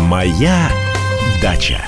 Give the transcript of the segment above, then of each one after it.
Моя дача.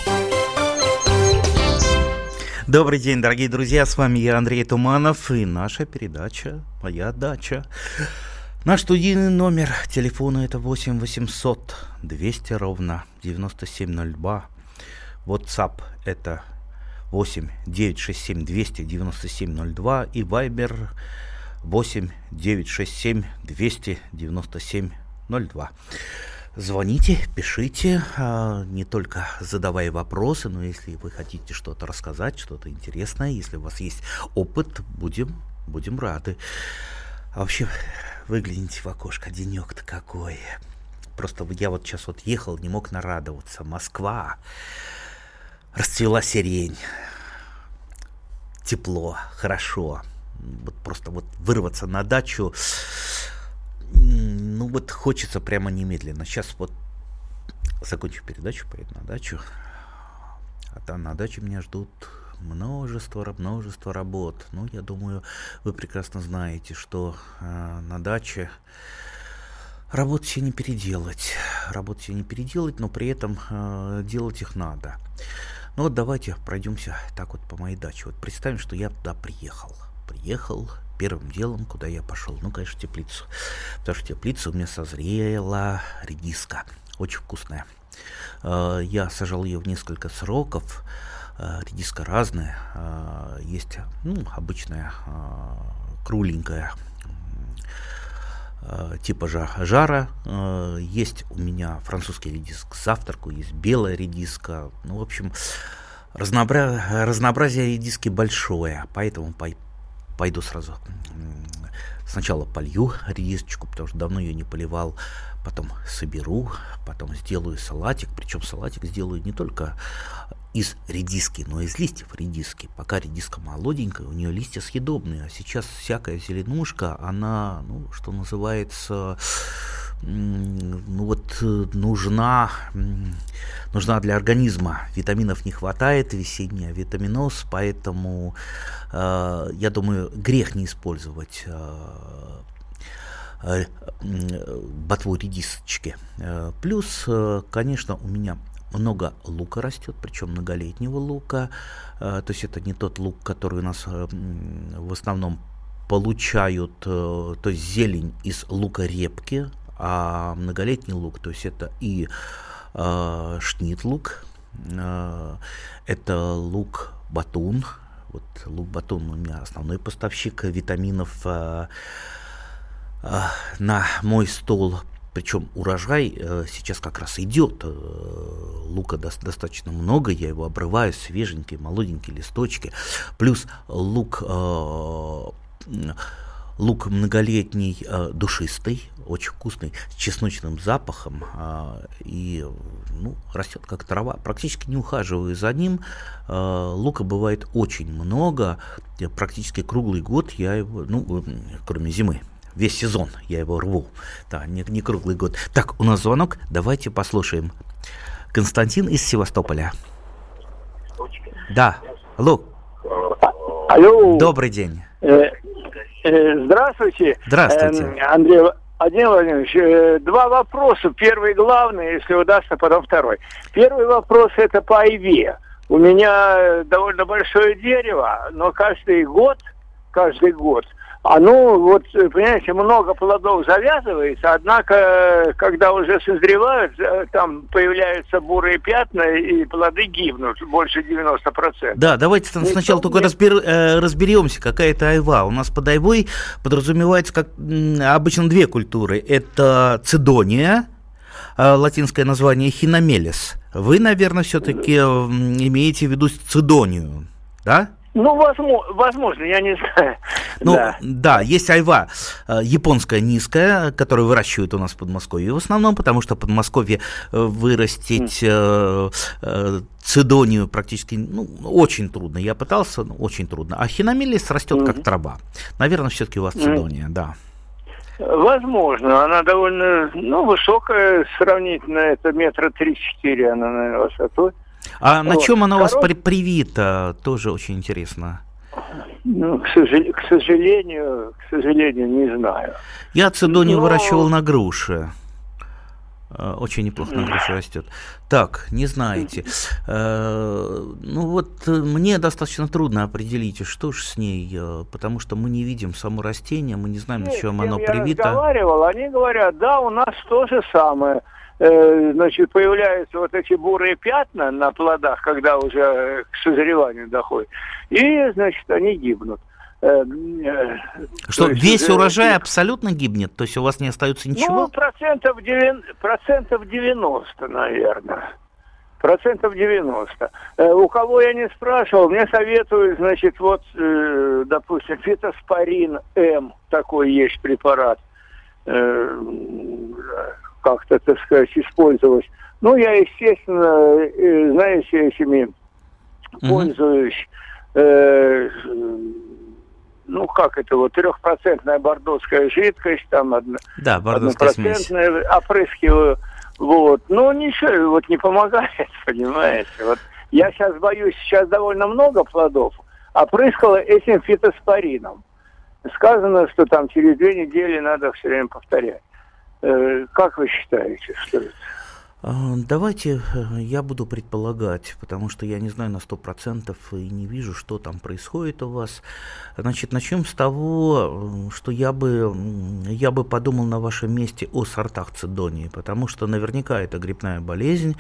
Добрый день, дорогие друзья, с вами я, Андрей Туманов, и наша передача «Моя дача». Наш студийный номер телефона это 8 800 200 ровно 9702. WhatsApp это 8 967 297 02 и Viber 8 967 297 02. Звоните, пишите, не только задавая вопросы, но если вы хотите что-то рассказать, что-то интересное, если у вас есть опыт, будем рады. А вообще, выгляните в окошко, денек-то какой. Просто я вот сейчас ехал, не мог нарадоваться. Москва, расцвела сирень, тепло, хорошо. Просто вырваться на дачу... хочется прямо немедленно. Сейчас закончу передачу, поеду на дачу. А там на даче меня ждут множество работ. Я думаю, вы прекрасно знаете, что на даче работу себе не переделать. Но при этом делать их надо. Давайте пройдемся так по моей даче. Представим, что я туда приехал. Первым делом, куда я пошел, конечно, в теплицу. Потому что в теплице у меня созрела редиска. Очень вкусная. Я сажал ее в несколько сроков. Редиска разная. Есть обычная кругленькая, типа жара. Есть у меня французский редиск к завтраку. Есть белая редиска. В общем, разнообразие редиски большое. Поэтому пойду сразу. Сначала полью редисочку, потому что давно ее не поливал. Потом соберу, потом сделаю салатик. Причем салатик сделаю не только из редиски, но и из листьев редиски. Пока редиска молоденькая, у нее листья съедобные. А сейчас всякая зеленушка, она, что называется... нужна для организма. Витаминов не хватает, весенний витаминоз, поэтому я думаю, грех не использовать ботву редисочки. Плюс, конечно, у меня много лука растет, причем многолетнего лука. То есть это не тот лук, который у нас в основном получают, то есть зелень из лука-репки, а многолетний лук, то есть это и шнит-лук, это лук-батун. Лук-батун у меня основной поставщик витаминов на мой стол. Причем урожай сейчас как раз идет. Лука достаточно много, я его обрываю, свеженькие, молоденькие листочки. Плюс лук многолетний, душистый, очень вкусный, с чесночным запахом, и растет как трава. Практически не ухаживаю за ним. Лука бывает очень много, практически круглый год я его, кроме зимы, весь сезон я его рву. Да, не круглый год. Так, у нас звонок, давайте послушаем. Константин из Севастополя. Да, алло. Алло. Добрый день. Здравствуйте. Здравствуйте. Андрей Владимирович, два вопроса. Первый главный, если удастся, потом второй. Первый вопрос это по айве. У меня довольно большое дерево, но каждый год, понимаете, много плодов завязывается, однако, когда уже созревают, там появляются бурые пятна, и плоды гибнут, больше 90%. Да, давайте сначала только разберемся, какая это айва. У нас под айвой подразумевается, как обычно, две культуры. Это цидония, латинское название хиномелис. Вы, наверное, все-таки имеете в виду цидонию, да? Возможно, я не знаю. Да, есть айва японская низкая, которую выращивают у нас в Подмосковье в основном, потому что в Подмосковье вырастить цидонию практически очень трудно. Я пытался, очень трудно. А хиномелис растет как трава. Наверное, все-таки у вас цидония, да. Возможно, она довольно высокая, сравнительно, это 3-4 метра она, наверное, высотой. А на чем она у вас привита, тоже очень интересно. К сожалению, не знаю. Я цидонию выращивал на груше. Очень неплохо на груше растет. Так, не знаете. Ну вот мне достаточно трудно определить, что же с ней, потому что мы не видим само растение, мы не знаем, на чем оно привито. Я разговаривал, они говорят, да, у нас то же самое. Значит, появляются вот эти бурые пятна на плодах, когда уже к созреванию доходит, и, значит, они гибнут. Что, весь урожай абсолютно гибнет? То есть у вас не остается ничего? Ну, процентов 90, наверное. Процентов 90. У кого я не спрашивал, мне советуют, значит, вот, допустим, фитоспорин М, такой есть препарат, как-то, так сказать, использовать. Ну, я, естественно, знаете, этими пользуюсь, ну, как это вот, 3% бордоская жидкость, там, да, бордоская смесь. Опрыскиваю, вот. Но ничего, вот не помогает, понимаете. Вот я сейчас боюсь, сейчас довольно много плодов, опрыскала этим фитоспорином. Сказано, что там через 2 недели надо все время повторять. Как вы считаете, что это? Давайте я буду предполагать, потому что я не знаю на 100% и не вижу, что там происходит у вас. Значит, начнем с того, что я бы подумал на вашем месте о сортах цидонии, потому что наверняка это грибная болезнь.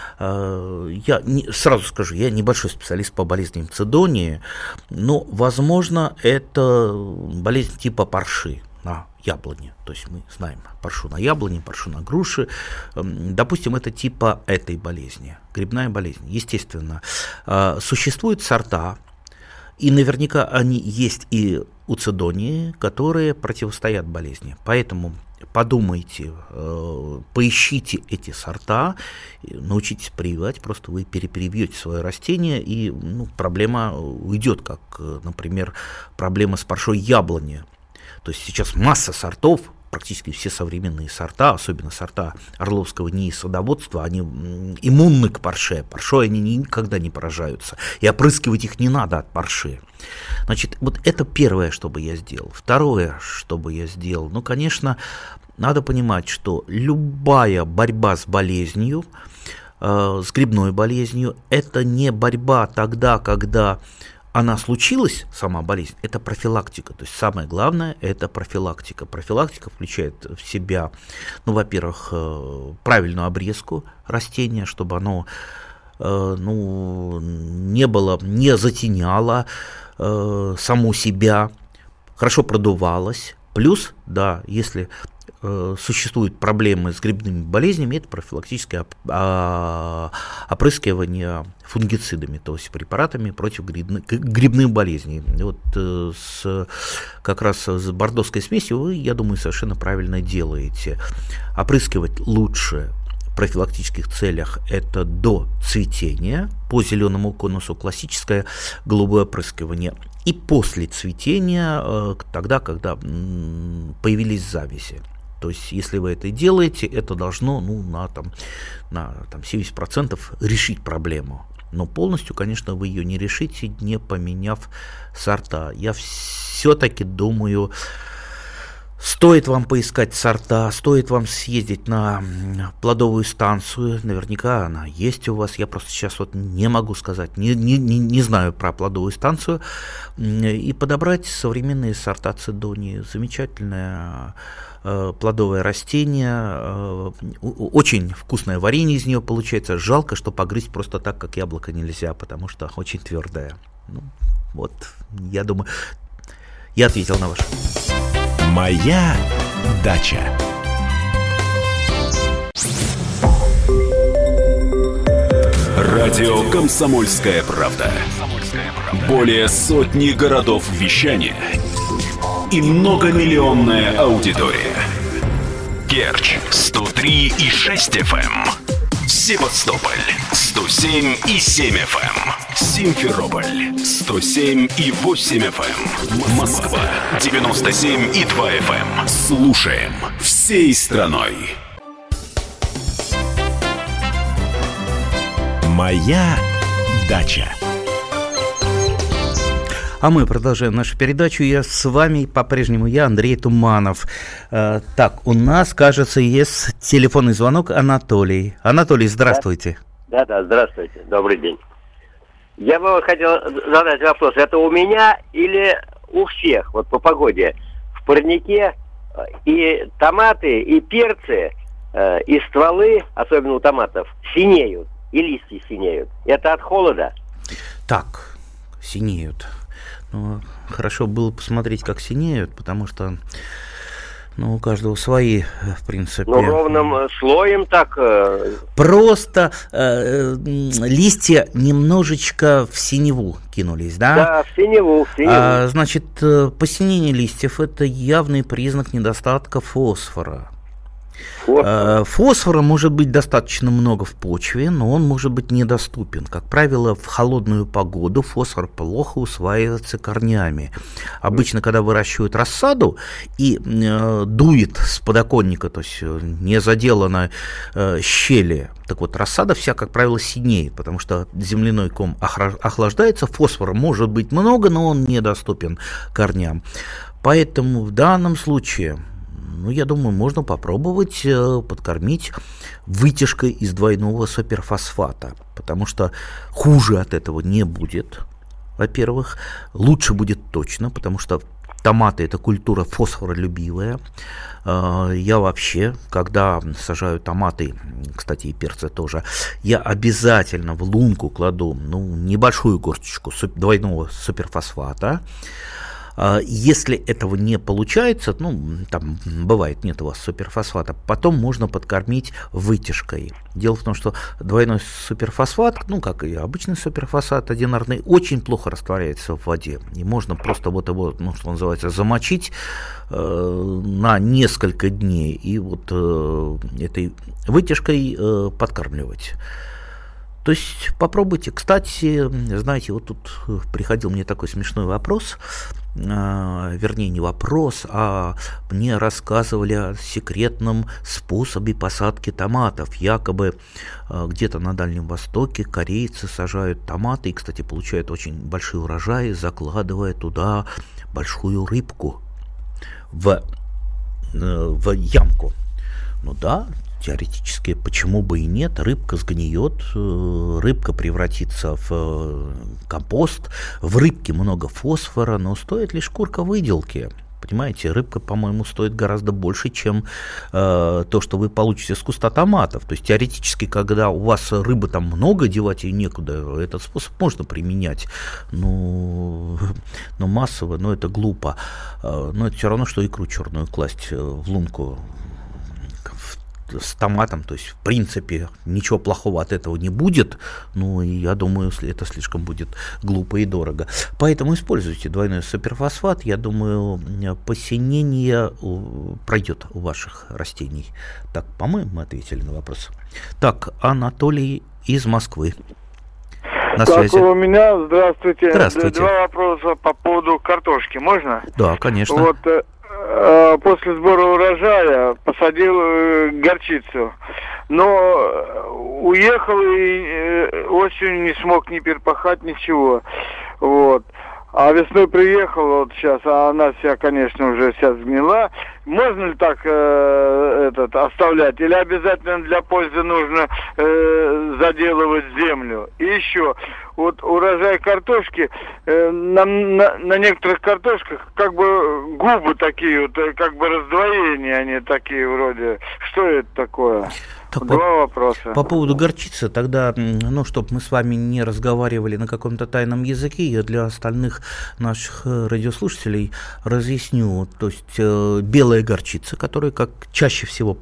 Сразу скажу, я небольшой специалист по болезням цидонии, но, возможно, это болезнь типа парши на яблони. То есть мы знаем паршу на яблони, паршу на груши. Допустим, это типа этой болезни, грибная болезнь. Естественно, существуют сорта, и наверняка они есть и у цидонии, которые противостоят болезни. Поэтому подумайте, поищите эти сорта, научитесь прививать, просто вы перепривьете свое растение, и проблема уйдет, как, например, проблема с паршой яблони. То есть сейчас масса сортов, практически все современные сорта, особенно сорта орловского НИИ садоводства, они иммунны к парше. Паршой они никогда не поражаются. И опрыскивать их не надо от парши. Значит, вот это первое, что бы я сделал. Второе, что бы я сделал, конечно, надо понимать, что любая борьба с болезнью, с грибной болезнью, это не борьба тогда, когда она случилась, сама болезнь, это профилактика. То есть самое главное – это профилактика. Профилактика включает в себя, во-первых, правильную обрезку растения, чтобы оно не затеняло саму себя, хорошо продувалось. Плюс, да, если существуют проблемы с грибными болезнями, это профилактическое опрыскивание фунгицидами, то есть препаратами против грибных болезней. Вот как раз с бордоской смесью вы, я думаю, совершенно правильно делаете. Опрыскивать лучше в профилактических целях это до цветения, по зеленому конусу классическое голубое опрыскивание, и после цветения, тогда, когда появились завязи. То есть, если вы это делаете, это должно на 70% решить проблему. Но полностью, конечно, вы ее не решите, не поменяв сорта. Я все-таки думаю, стоит вам поискать сорта, стоит вам съездить на плодовую станцию, наверняка она есть у вас, я просто сейчас вот не могу сказать, не знаю про плодовую станцию, и подобрать современные сорта цидонии. Замечательное плодовое растение, очень вкусное варенье из нее получается. Жалко, что погрызть просто так, как яблоко, нельзя, потому что очень твердое. Я думаю, я ответил на ваш. Моя дача. Радио «Комсомольская правда». Более сотни городов вещания и многомиллионная аудитория. Керчь 103,6 FM, Севастополь 107,7 FM, Симферополь 107,8 FM, Москва 97,2 FM. Слушаем всей страной. Моя дача. А мы продолжаем нашу передачу. Я с вами по-прежнему, я Андрей Туманов. Так, у нас, кажется, есть телефонный звонок. Анатолий. Анатолий, здравствуйте. Да, здравствуйте, добрый день. Я бы хотел задать вопрос, это у меня или у всех, вот по погоде, в парнике и томаты, и перцы, и стволы, особенно у томатов, синеют, и листья синеют. Это от холода? Так, синеют. Ну, хорошо было посмотреть, как синеют, потому что у каждого свои, в принципе. Ровным слоем так. Просто листья немножечко в синеву кинулись, да? Да, в синеву. Значит, посинение листьев – это явный признак недостатка фосфора. Фосфора может быть достаточно много в почве, но он может быть недоступен. Как правило, в холодную погоду фосфор плохо усваивается корнями. Обычно, когда выращивают рассаду и дует с подоконника, то есть не заделаны щели, так вот рассада вся, как правило, синеет, потому что земляной ком охлаждается, фосфора может быть много, но он недоступен корням. Поэтому в данном случае... я думаю, можно попробовать подкормить вытяжкой из двойного суперфосфата, потому что хуже от этого не будет, во-первых. Лучше будет точно, потому что томаты – это культура фосфоролюбивая. Я вообще, когда сажаю томаты, кстати, и перцы тоже, я обязательно в лунку кладу небольшую горсточку двойного суперфосфата. Если этого не получается, там бывает, нет у вас суперфосфата, потом можно подкормить вытяжкой. Дело в том, что двойной суперфосфат, как и обычный суперфосфат одинарный, очень плохо растворяется в воде. И можно просто вот его, что называется, замочить на несколько дней и вот этой вытяжкой подкармливать. То есть попробуйте. Кстати, знаете, вот тут приходил мне такой смешной вопрос, вернее не вопрос, а мне рассказывали о секретном способе посадки томатов. Якобы где-то на Дальнем Востоке корейцы сажают томаты и, кстати, получают очень большие урожаи, закладывая туда большую рыбку в ямку. Да, теоретически, почему бы и нет, рыбка сгниет, рыбка превратится в компост, в рыбке много фосфора, но стоит лишь шкурка выделки. Понимаете, рыбка, по-моему, стоит гораздо больше, чем то, что вы получите с куста томатов. То есть теоретически, когда у вас рыбы там много, девать ее некуда, этот способ можно применять. Но массово, это глупо. Но это все равно, что икру черную класть в лунку с томатом, то есть в принципе ничего плохого от этого не будет, и я думаю, это слишком будет глупо и дорого. Поэтому используйте двойной суперфосфат, я думаю, посинение пройдет у ваших растений. Так, по-моему, мы ответили на вопрос. Так, Анатолий из Москвы. На связи. У меня, здравствуйте. Здравствуйте. Два вопроса по поводу картошки, можно? Да, конечно. Вот после сбора урожая посадил горчицу, но уехал и осенью не смог ни перепахать, ничего. Вот. А весной приехал, вот сейчас, а она вся, конечно, уже вся сгнила. Можно ли так оставлять? Или обязательно для пользы нужно заделывать землю? И еще, вот урожай картошки, на некоторых картошках как бы губы такие, вот, как бы раздвоения они такие вроде. Что это такое? Так, Два вопроса. По поводу горчицы, тогда, чтобы мы с вами не разговаривали на каком-то тайном языке, я для остальных наших радиослушателей разъясню. То есть белая горчица, которую чаще всего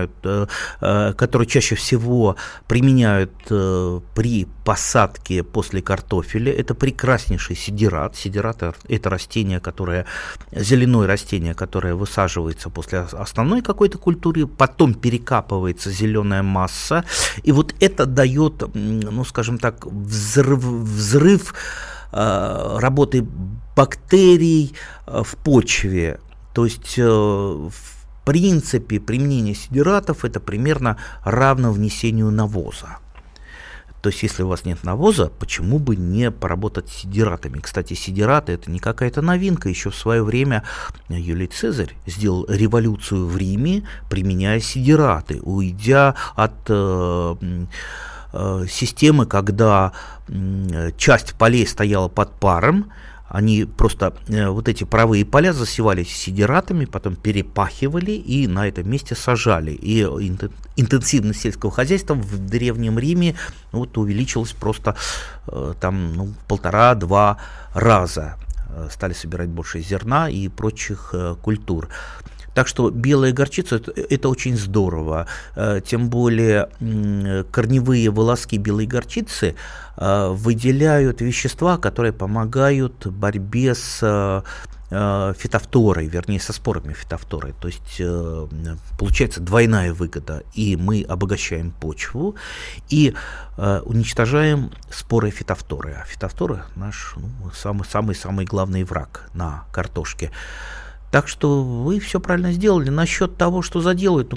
применяют при посадке после картофеля, это прекраснейший сидират. Сидират – это растение, зеленое растение, которое высаживается после основной какой-то культуры, потом перекапывается зеленая масса, и вот это дает, скажем так, взрыв работы бактерий в почве. То есть в принципе применение сидиратов это примерно равно внесению навоза. То есть, если у вас нет навоза, почему бы не поработать с сидератами? Кстати, сидераты – это не какая-то новинка. Еще в свое время Юлий Цезарь сделал революцию в Риме, применяя сидераты, уйдя от системы, когда часть полей стояла под паром. Они просто вот эти паровые поля засевались сидератами, потом перепахивали и на этом месте сажали. И интенсивность сельского хозяйства в Древнем Риме вот увеличилась просто там 1,5-2 раза. Стали собирать больше зерна и прочих культур. Так что белая горчица это очень здорово, тем более корневые волоски белой горчицы выделяют вещества, которые помогают борьбе с фитофторой, вернее со спорами фитофторы. То есть получается двойная выгода, и мы обогащаем почву и уничтожаем споры фитофторы. А фитофторы наш самый главный враг на картошке. Так что вы все правильно сделали. Насчет того, что заделают,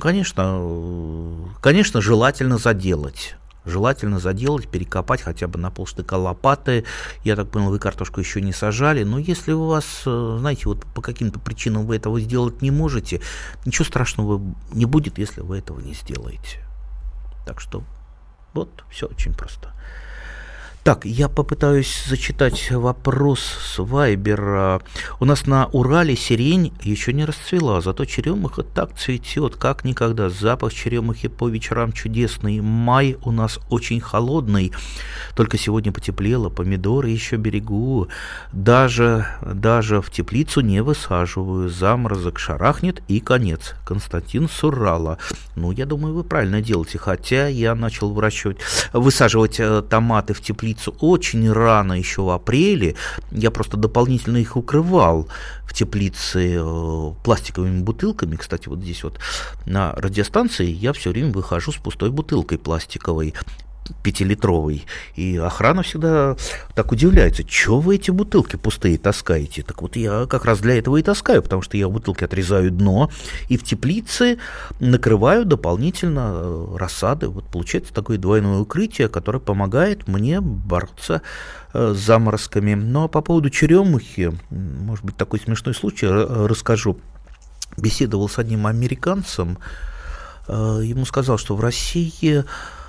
конечно, желательно заделать. Желательно заделать, перекопать хотя бы на полштыка лопаты. Я так понял, вы картошку еще не сажали. Но если у вас, знаете, вот по каким-то причинам вы этого сделать не можете, ничего страшного не будет, если вы этого не сделаете. Так что вот, все очень просто. Так, я попытаюсь зачитать вопрос с Вайбера. У нас на Урале сирень еще не расцвела, зато черемуха так цветет, как никогда. Запах черемухи по вечерам чудесный. Май у нас очень холодный. Только сегодня потеплело, помидоры еще берегу. Даже в теплицу не высаживаю. Заморозок шарахнет и конец. Константин с Урала. Я думаю, вы правильно делаете. Хотя я начал высаживать томаты в теплицу очень рано, еще в апреле. Я просто дополнительно их укрывал в теплице пластиковыми бутылками. Кстати, вот здесь вот на радиостанции я все время выхожу с пустой бутылкой пластиковой, 5-литровый. И охрана всегда так удивляется, что вы эти бутылки пустые таскаете. Так вот я как раз для этого и таскаю, потому что я в бутылке отрезаю дно и в теплице накрываю дополнительно рассады. Вот получается такое двойное укрытие, которое помогает мне бороться с заморозками. Ну а по поводу черемухи, может быть, такой смешной случай расскажу. Беседовал с одним американцем, ему сказал, что в России,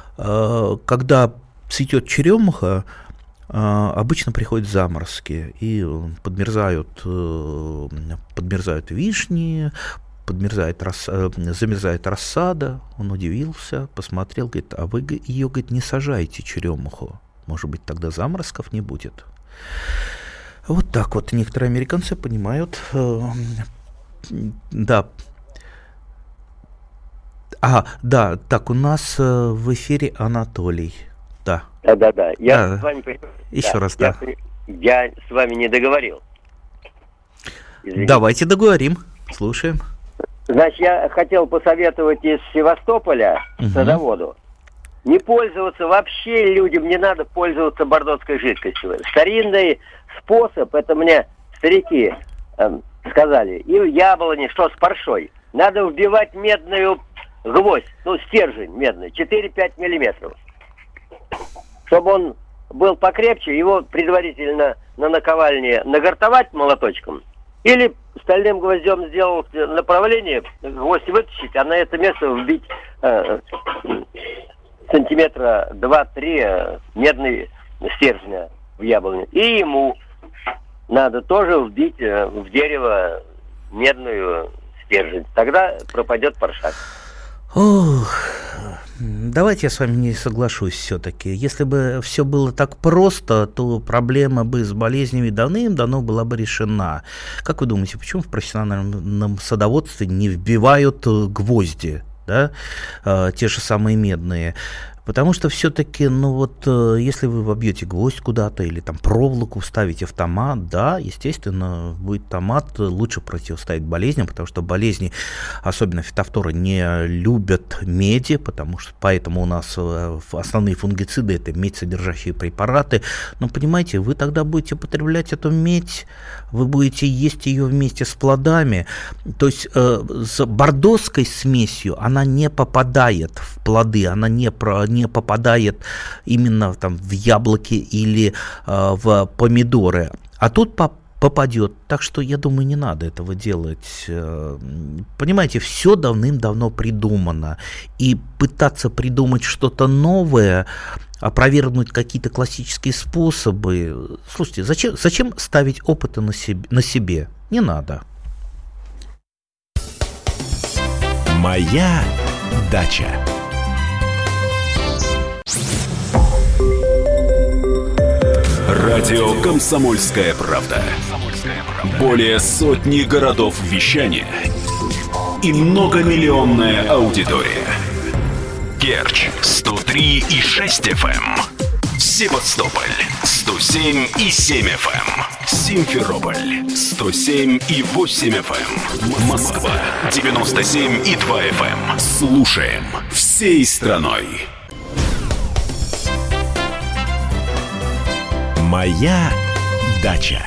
когда цветет черемуха, обычно приходят заморозки и подмерзают вишни, замерзает рассада. Он удивился, посмотрел, говорит, а вы ее, говорит, не сажайте, черемуху, может быть, тогда заморозков не будет. Вот так вот некоторые американцы понимают. Да. Да, так, у нас в эфире Анатолий. Да. Да. Я с вами... Еще раз, да. Я с вами не договорил. Извините. Давайте договорим. Слушаем. Значит, я хотел посоветовать из Севастополя садоводу не пользоваться вообще людям, не надо пользоваться бордоской жидкостью. Старинный способ, это мне старики сказали, и в яблоне, что с паршой. Надо вбивать медную гвоздь, стержень медный, 4-5 миллиметров. Чтобы он был покрепче, его предварительно на наковальне нагортовать молоточком, или стальным гвоздем сделал направление, гвоздь вытащить, а на это место вбить сантиметра 2-3 медный стержня в яблоне. И ему надо тоже вбить в дерево медную стержень. Тогда пропадет парша. Ох, давайте я с вами не соглашусь все-таки. Если бы все было так просто, то проблема бы с болезнями давным-давно была бы решена. Как вы думаете, почему в профессиональном садоводстве не вбивают гвозди, да? Те же самые медные? Потому что все-таки, если вы вобьете гвоздь куда-то или там проволоку вставите в томат, да, естественно, будет томат лучше противостоять болезням, потому что болезни, особенно фитофторы, не любят меди, поэтому у нас основные фунгициды — это медь содержащие препараты. Но, понимаете, вы тогда будете употреблять эту медь, вы будете есть ее вместе с плодами. То есть с бордоской смесью она не попадает в плоды, она не попадает именно там в яблоки или в помидоры. А тут попадет. Так что, я думаю, не надо этого делать. Понимаете, все давным-давно придумано. И пытаться придумать что-то новое, опровергнуть какие-то классические способы. Слушайте, зачем ставить опыты на себе? Не надо. Моя дача. Радио «Комсомольская правда». Более сотни городов вещания и многомиллионная аудитория. Керчь 103,6 FM, Севастополь 107,7 FM, Симферополь 107,8 FM, Москва 97,2 FM. Слушаем всей страной. Моя дача.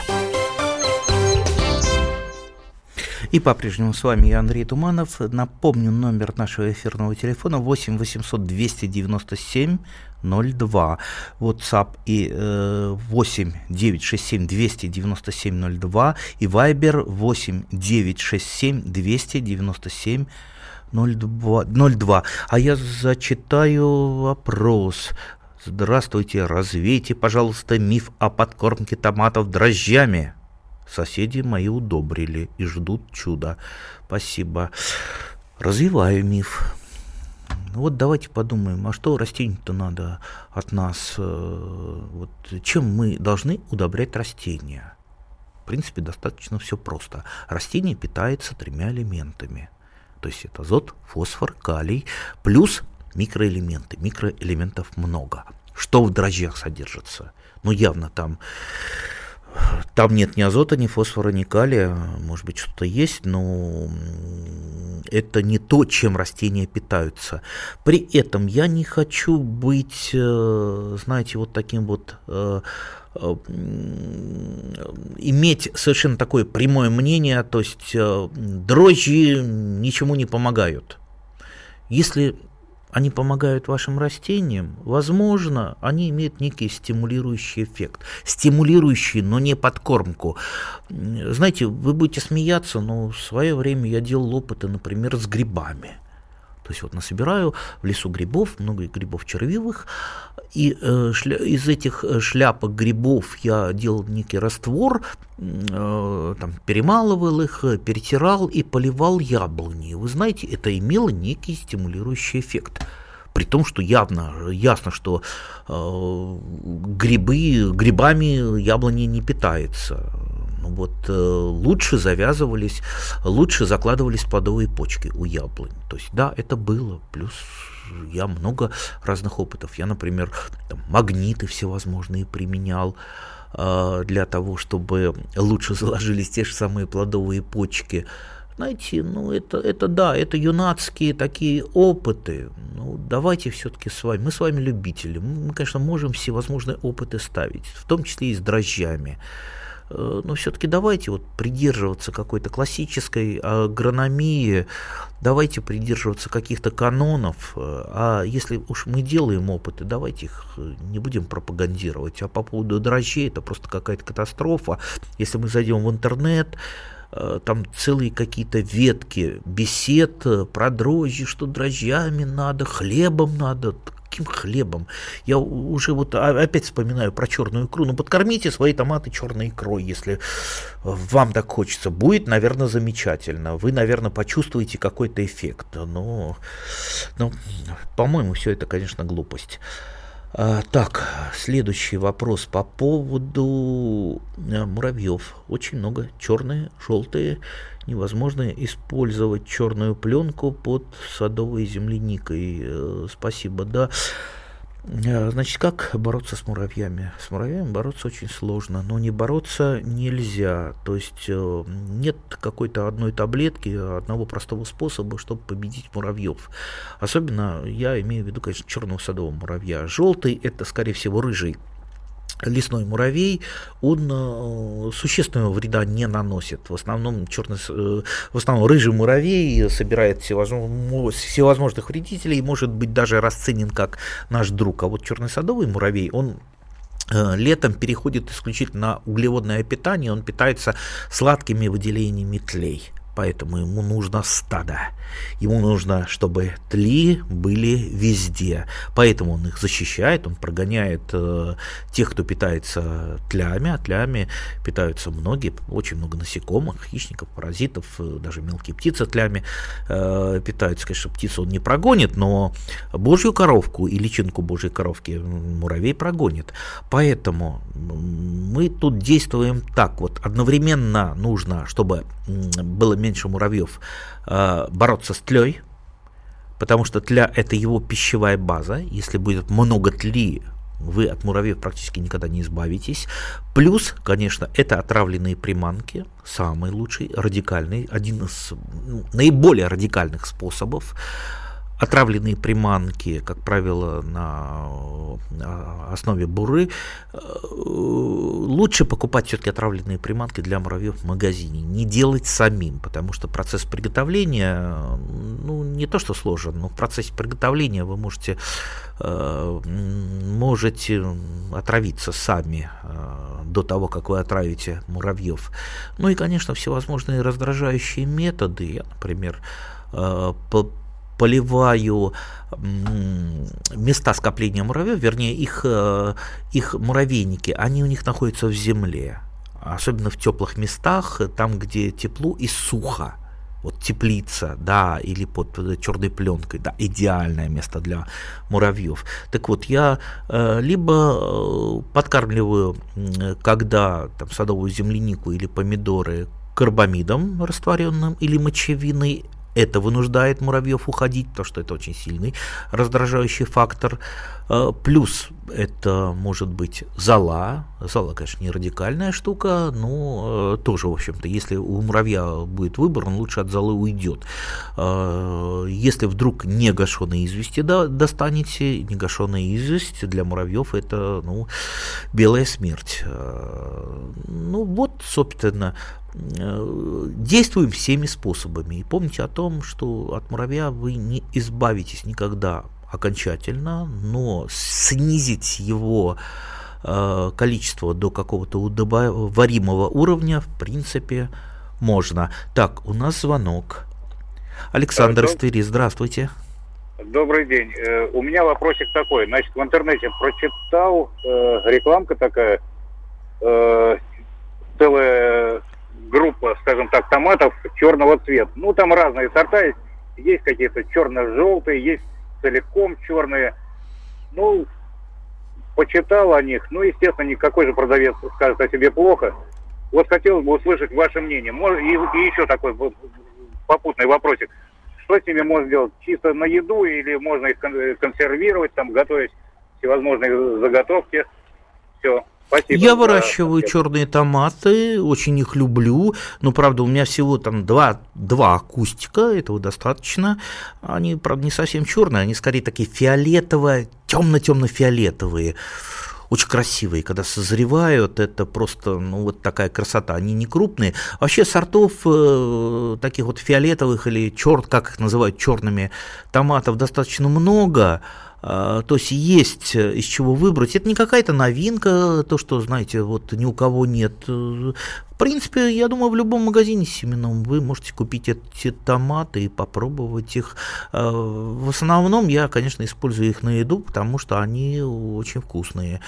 И по-прежнему с вами я, Андрей Туманов. Напомню, номер нашего эфирного телефона 8 800 297 02. WhatsApp и 8 967 297 02. И Viber 8 967 297 02. А я зачитаю вопрос. Здравствуйте, развейте, пожалуйста, миф о подкормке томатов дрожжами. Соседи мои удобрили и ждут чуда. Спасибо. Развиваю миф. Вот давайте подумаем, а что растению-то надо от нас? Вот, чем мы должны удобрять растения? В принципе, достаточно все просто. Растение питается 3 элементами. То есть это азот, фосфор, калий, плюс микроэлементы. Микроэлементов много. Что в дрожжах содержится? Ну, явно там нет ни азота, ни фосфора, ни калия. Может быть, что-то есть, но это не то, чем растения питаются. При этом я не хочу быть, знаете, вот таким вот, иметь совершенно такое прямое мнение, то есть дрожжи ничему не помогают. Если они помогают вашим растениям, возможно, они имеют некий стимулирующий эффект. Стимулирующий, но не подкормку. Знаете, вы будете смеяться, но в свое время я делал опыты, например, с грибами. То есть вот насобираю в лесу грибов, много грибов червивых, и из этих шляпок грибов я делал некий раствор, там, перемалывал их, перетирал и поливал яблони. Вы знаете, это имело некий стимулирующий эффект. При том, что ясно, что грибами яблони не питается. Вот лучше закладывались плодовые почки у яблонь. То есть, да, это было. Плюс я много разных опытов. Я, например, там, магниты всевозможные применял для того, чтобы лучше заложились те же самые плодовые почки. Знаете, ну это юнацкие такие опыты. Ну, давайте все-таки мы с вами любители. Мы, конечно, можем всевозможные опыты ставить, в том числе и с дрожжами. Но все-таки давайте вот придерживаться какой-то классической агрономии, давайте придерживаться каких-то канонов, а если уж мы делаем опыты, давайте их не будем пропагандировать. А по поводу дрожжей, это просто какая-то катастрофа. Если мы зайдем в интернет, там целые какие-то ветки бесед про дрожжи, что дрожжами надо, хлебом надо. Каким хлебом? Я уже вот опять вспоминаю про черную икру. Ну, подкормите свои томаты черной икрой, если вам так хочется. Будет, наверное, замечательно. Вы, наверное, почувствуете какой-то эффект. Но по-моему, все это, конечно, глупость. Так, следующий вопрос по поводу муравьев. Очень много черные, желтые. Невозможно использовать черную пленку под садовой земляникой. Спасибо, да. Значит, как бороться с муравьями? С муравьями бороться очень сложно, но не бороться нельзя. То есть нет какой-то одной таблетки, одного простого способа, чтобы победить муравьев. Особенно я имею в виду, конечно, черного садового муравья. Желтый — это, скорее всего, рыжий лесной муравей, он существенного вреда не наносит. В основном рыжий муравей собирает всевозможных вредителей и может быть даже расценен как наш друг. А вот черный садовый муравей, он летом переходит исключительно на углеводное питание, он питается сладкими выделениями тлей. Поэтому ему нужно стадо. Ему нужно, чтобы тли были везде. Поэтому он их защищает, он прогоняет тех, кто питается тлями. А тлями питаются многие, очень много насекомых, хищников, паразитов, даже мелкие птицы тлями питаются. Конечно, птицу он не прогонит, но божью коровку и личинку божьей коровки муравей прогонит. Поэтому мы тут действуем так. Вот одновременно нужно, чтобы было меньше муравьев, бороться с тлей, потому что тля – это его пищевая база. Если будет много тли, вы от муравьев практически никогда не избавитесь. Плюс, конечно, это отравленные приманки, самый лучший, радикальный, один из наиболее радикальных способов. Отравленные приманки, как правило, на основе буры. Лучше покупать все-таки отравленные приманки для муравьев в магазине, не делать самим, потому что процесс приготовления, не то что сложен, но в процессе приготовления вы можете отравиться сами до того, как вы отравите муравьев. Ну и, конечно, всевозможные раздражающие методы. Я, например, поливаю места скопления муравьев, вернее, их муравейники, они у них находятся в земле, особенно в теплых местах, там, где тепло и сухо. Вот теплица, да, или под черной пленкой, да, идеальное место для муравьев. Так вот, я либо подкармливаю, когда там садовую землянику или помидоры, карбамидом растворенным или мочевиной. Это вынуждает муравьев уходить, потому что это очень сильный раздражающий фактор. Плюс это может быть зола. Зола, конечно, не радикальная штука, но тоже, в общем-то, если у муравья будет выбор, он лучше от золы уйдет. Если вдруг негашеные извести достанете, негашеная известь для муравьев это белая смерть. Вот, собственно, действуем всеми способами. И помните о том, что от муравья вы не избавитесь никогда окончательно, но снизить его количество до какого-то удобоваримого уровня, в принципе, можно. Так, у нас звонок. Александр из Твери, здравствуйте. Добрый день. У меня вопросик такой. Значит, в интернете прочитал, рекламка такая, целая группа, скажем так, томатов черного цвета. Там разные сорта есть. Есть какие-то черно-желтые, есть целиком черные. Почитал о них. Естественно, никакой же продавец скажет о себе плохо. Вот хотелось бы услышать ваше мнение. И еще такой попутный вопросик. Что с ними можно сделать? Чисто на еду или можно их консервировать, готовить всевозможные заготовки? Все. Спасибо. Я выращиваю черные томаты, очень их люблю, но, правда, у меня всего там два кустика, этого достаточно. Они, правда, не совсем черные, они скорее такие фиолетовые, темно-темно-фиолетовые. Очень красивые, когда созревают, это просто, вот такая красота. Они не крупные. Вообще сортов таких вот фиолетовых или как их называют, черными томатов достаточно много. То есть из чего выбрать. Это не какая-то новинка, то, что, знаете, вот ни у кого нет. В принципе, я думаю, в любом магазине семенном вы можете купить эти томаты и попробовать их. В основном я, конечно, использую их на еду, потому что они очень вкусные.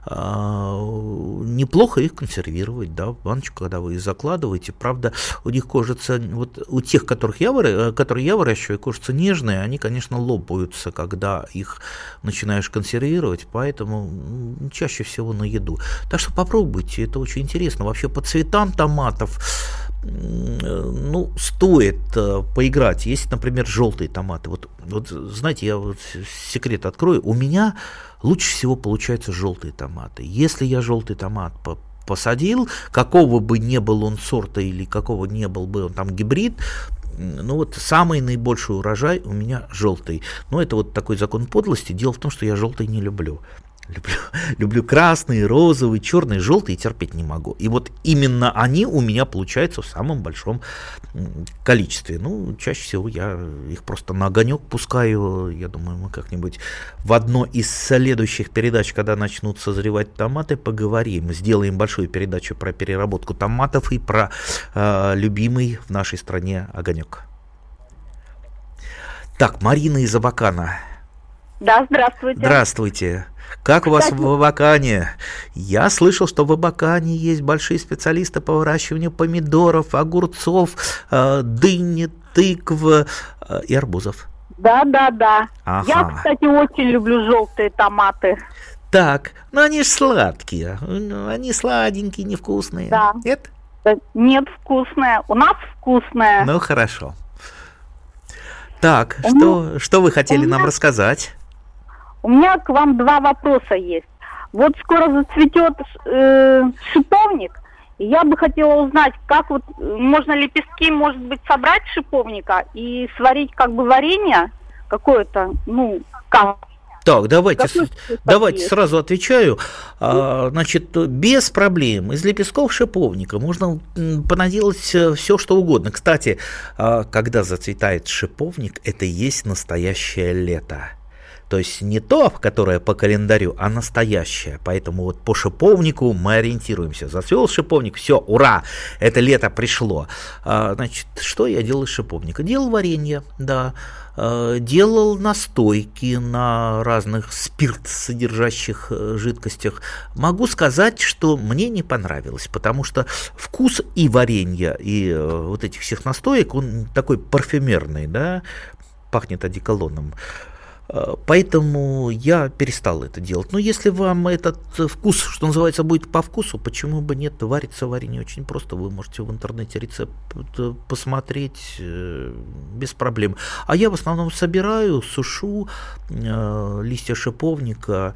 Неплохо их консервировать, да, в баночку, когда вы их закладываете. Правда, у них кожица, вот у тех, которые я выращиваю, кожица нежная, они, конечно, лопаются, когда их начинаешь консервировать, поэтому чаще всего на еду. Так что попробуйте, это очень интересно. Вообще по цветам томатов стоит поиграть. Есть, например, желтые томаты. Вот знаете, я секрет открою. У меня лучше всего получаются желтые томаты. Если я желтый томат посадил, какого бы ни был он сорта или какого ни был бы он там гибрид, самый наибольший урожай у меня желтый. Но это вот такой закон подлости. Дело в том, что я желтый не люблю. Люблю красный, розовый, черный, желтый, терпеть не могу. И вот именно они у меня получаются в самом большом количестве. Ну, чаще всего я их просто на огонек пускаю. Я думаю, мы как-нибудь в одной из следующих передач, когда начнут созревать томаты, поговорим. Сделаем большую передачу про переработку томатов и про любимый в нашей стране огонек. Так, Марина из Абакана. Да, здравствуйте. Здравствуйте. Как у вас в Абакане? Я слышал, что в Абакане есть большие специалисты по выращиванию помидоров, огурцов, дыни, тыкв и арбузов. Да. Ага. Я, кстати, очень люблю желтые томаты. Так, но они ж сладкие. Они сладенькие, невкусные. Да. Нет? Нет, вкусные. У нас вкусные. Ну, хорошо. Так, что вы хотели нам рассказать? У меня к вам 2 вопроса есть. Вот скоро зацветет шиповник, и я бы хотела узнать, как вот можно лепестки, может быть, собрать шиповника и сварить как бы варенье какое-то, ну, как? Так, давайте сразу отвечаю. Значит, без проблем. Из лепестков шиповника можно понаделать все, что угодно. Кстати, когда зацветает шиповник, это и есть настоящее лето. То есть не то, которое по календарю, а настоящее. Поэтому вот по шиповнику мы ориентируемся. Зацвел шиповник, все, ура, это лето пришло. Значит, что я делал из шиповника? Делал варенье, да. Делал настойки на разных спирт-содержащих жидкостях. Могу сказать, что мне не понравилось, потому что вкус и варенья, и вот этих всех настоек, он такой парфюмерный, да, пахнет одеколоном. Поэтому я перестал это делать. Но если вам этот вкус, что называется, будет по вкусу, почему бы нет? Варится варенье очень просто. Вы можете в интернете рецепт посмотреть без проблем. А я в основном собираю, сушу листья шиповника,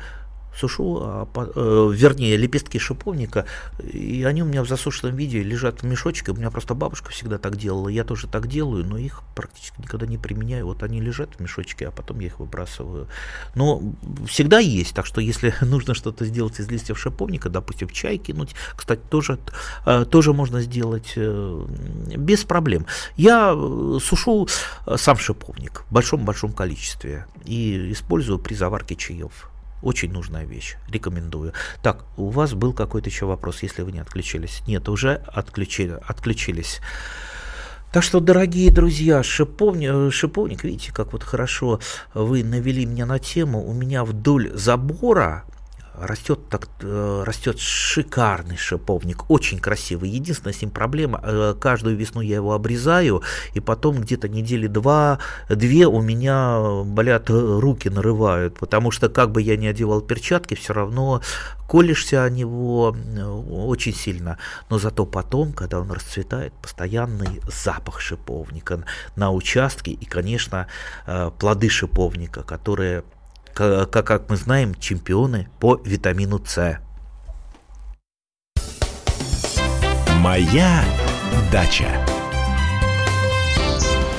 вернее, лепестки шиповника, и они у меня в засушенном виде лежат в мешочке. У меня просто бабушка всегда так делала, я тоже так делаю, но их практически никогда не применяю. Вот они лежат в мешочке, а потом я их выбрасываю. Но всегда есть, так что если нужно что-то сделать из листьев шиповника, допустим, в чай кинуть, кстати, тоже можно сделать без проблем. Я сушу сам шиповник в большом-большом количестве и использую при заварке чаев. Очень нужная вещь, рекомендую. Так, у вас был какой-то еще вопрос, если вы не отключились? Нет, уже отключились. Так что, дорогие друзья, шиповник, видите, как вот хорошо вы навели меня на тему. У меня вдоль забора растет шикарный шиповник, очень красивый. Единственная с ним проблема, каждую весну я его обрезаю, и потом где-то недели 2-2 у меня болят руки, нарывают, потому что как бы я ни одевал перчатки, все равно колешься о него очень сильно. Но зато потом, когда он расцветает, постоянный запах шиповника на участке и, конечно, плоды шиповника, которые, как мы знаем, чемпионы по витамину С. Моя дача.